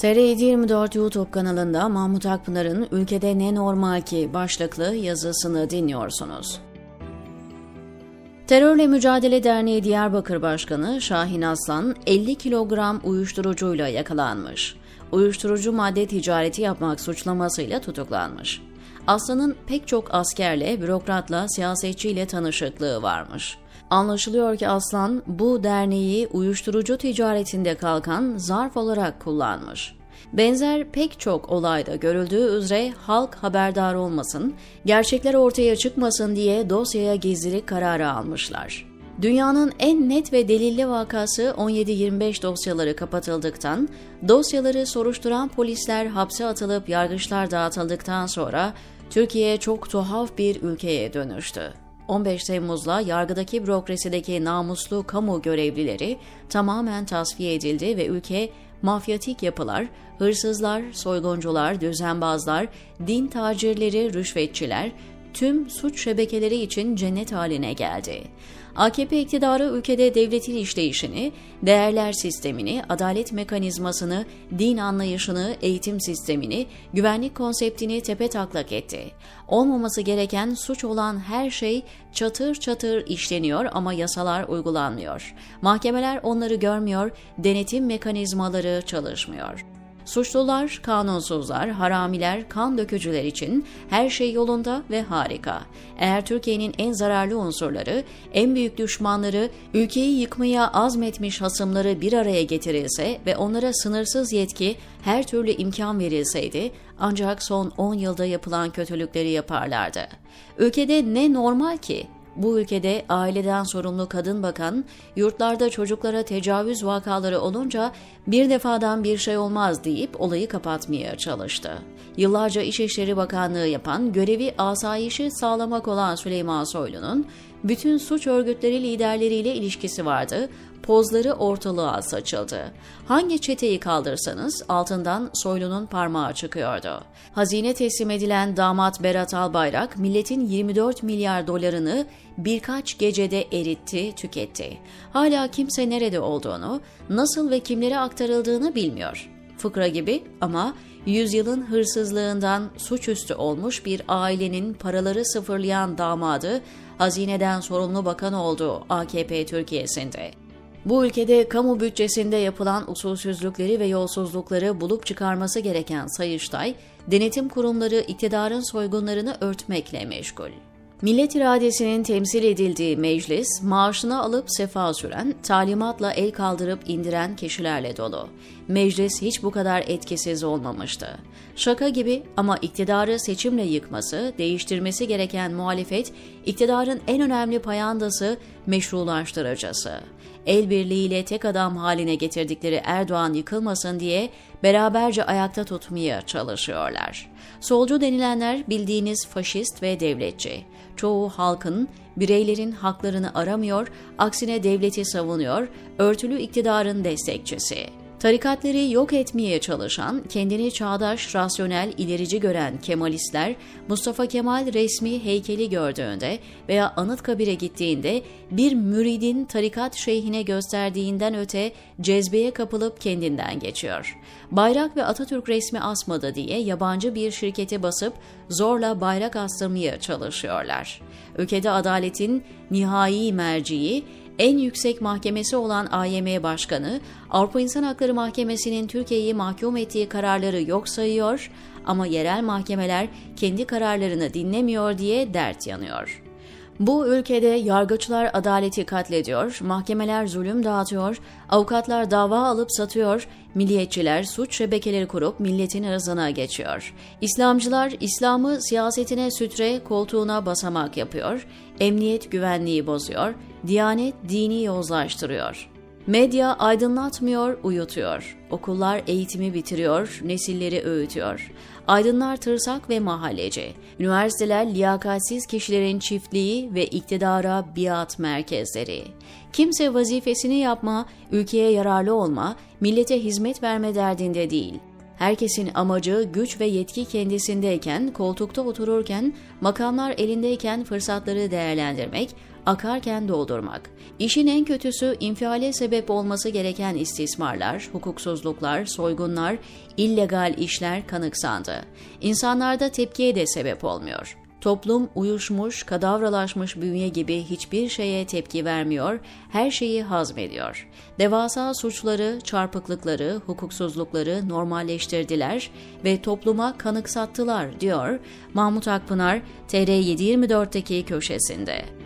TR724 YouTube kanalında Mahmut Akpınar'ın "Ülkede Ne Normal Ki" başlıklı yazısını dinliyorsunuz. Terörle Mücadele Derneği Diyarbakır Başkanı Şahin Aslan 50 kilogram uyuşturucuyla yakalanmış. Uyuşturucu madde ticareti yapmak suçlamasıyla tutuklanmış. Aslan'ın pek çok askerle, bürokratla, siyasetçiyle tanışıklığı varmış. Anlaşılıyor ki Aslan bu derneği uyuşturucu ticaretinde kalkan zarf olarak kullanmış. Benzer pek çok olayda görüldüğü üzere halk haberdar olmasın, gerçekler ortaya çıkmasın diye dosyaya gizlilik kararı almışlar. Dünyanın en net ve delilli vakası 17-25 dosyaları kapatıldıktan, dosyaları soruşturan polisler hapse atılıp yargıçlar dağıtıldıktan sonra Türkiye çok tuhaf bir ülkeye dönüştü. 15 Temmuz'la yargıdaki bürokrasideki namuslu kamu görevlileri tamamen tasfiye edildi ve ülke mafyatik yapılar, hırsızlar, soyguncular, düzenbazlar, din tacirleri, rüşvetçiler, tüm suç şebekeleri için cennet haline geldi. AKP iktidarı ülkede devletin işleyişini, değerler sistemini, adalet mekanizmasını, din anlayışını, eğitim sistemini, güvenlik konseptini tepetaklak etti. Olmaması gereken suç olan her şey çatır çatır işleniyor ama yasalar uygulanmıyor. Mahkemeler onları görmüyor, denetim mekanizmaları çalışmıyor. Suçlular, kanunsuzlar, haramiler, kan dökücüler için her şey yolunda ve harika. Eğer Türkiye'nin en zararlı unsurları, en büyük düşmanları, ülkeyi yıkmaya azmetmiş hasımları bir araya getirilse ve onlara sınırsız yetki, her türlü imkan verilseydi, ancak son 10 yılda yapılan kötülükleri yaparlardı. Ülkede ne normal ki? Bu ülkede aileden sorumlu kadın bakan, yurtlarda çocuklara tecavüz vakaları olunca bir defadan bir şey olmaz deyip olayı kapatmaya çalıştı. Yıllarca İçişleri Bakanlığı yapan, görevi asayişi sağlamak olan Süleyman Soylu'nun bütün suç örgütleri liderleriyle ilişkisi vardı, pozları ortalığa saçıldı. Hangi çeteyi kaldırsanız altından Soylu'nun parmağı çıkıyordu. Hazine teslim edilen damat Berat Albayrak, milletin 24 milyar dolarını birkaç gecede eritti, tüketti. Hala kimse nerede olduğunu, nasıl ve kimlere aktarıldığını bilmiyor. Fıkra gibi ama yüzyılın hırsızlığından suçüstü olmuş bir ailenin paraları sıfırlayan damadı, hazineden sorumlu bakan oldu AKP Türkiye'sinde. Bu ülkede kamu bütçesinde yapılan usulsüzlükleri ve yolsuzlukları bulup çıkarması gereken Sayıştay, denetim kurumları iktidarın soygunlarını örtmekle meşgul. Millet iradesinin temsil edildiği meclis, maaşını alıp sefa süren, talimatla el kaldırıp indiren kişilerle dolu. Meclis hiç bu kadar etkisiz olmamıştı. Şaka gibi ama iktidarı seçimle yıkması, değiştirmesi gereken muhalefet, iktidarın en önemli payandası, meşrulaştırıcısı. El birliğiyle tek adam haline getirdikleri Erdoğan yıkılmasın diye beraberce ayakta tutmaya çalışıyorlar. Solcu denilenler bildiğiniz faşist ve devletçi. Çoğu halkın, bireylerin haklarını aramıyor, aksine devleti savunuyor, örtülü iktidarın destekçisi. Tarikatları yok etmeye çalışan, kendini çağdaş, rasyonel, ilerici gören Kemalistler, Mustafa Kemal resmi heykeli gördüğünde veya Anıtkabir'e gittiğinde bir müridin tarikat şeyhine gösterdiğinden öte cezbeye kapılıp kendinden geçiyor. Bayrak ve Atatürk resmi asmadı diye yabancı bir şirkete basıp zorla bayrak astırmaya çalışıyorlar. Ülkede adaletin nihai merciği, en yüksek mahkemesi olan AYM Başkanı, Avrupa İnsan Hakları Mahkemesi'nin Türkiye'yi mahkum ettiği kararları yok sayıyor ama yerel mahkemeler kendi kararlarını dinlemiyor diye dert yanıyor. Bu ülkede yargıçlar adaleti katlediyor, mahkemeler zulüm dağıtıyor, avukatlar dava alıp satıyor, milliyetçiler suç şebekeleri kurup milletin ırzına geçiyor. İslamcılar İslam'ı siyasetine sütre, koltuğuna basamak yapıyor, emniyet güvenliği bozuyor, Diyanet dini yozlaştırıyor. Medya aydınlatmıyor, uyutuyor. Okullar eğitimi bitiriyor, nesilleri öğütüyor. Aydınlar tırsak ve mahalleci. Üniversiteler liyakatsiz kişilerin çiftliği ve iktidara biat merkezleri. Kimse vazifesini yapma, ülkeye yararlı olma, millete hizmet verme derdinde değil. Herkesin amacı güç ve yetki kendisindeyken, koltukta otururken, makamlar elindeyken fırsatları değerlendirmek, akarken doldurmak. İşin en kötüsü infiale sebep olması gereken istismarlar, hukuksuzluklar, soygunlar, illegal işler kanıksandı. İnsanlarda tepkiye de sebep olmuyor. Toplum uyuşmuş, kadavralaşmış bünye gibi hiçbir şeye tepki vermiyor, her şeyi hazmediyor. Devasa suçları, çarpıklıkları, hukuksuzlukları normalleştirdiler ve topluma kanıksattılar, diyor Mahmut Akpınar, TR724'teki köşesinde.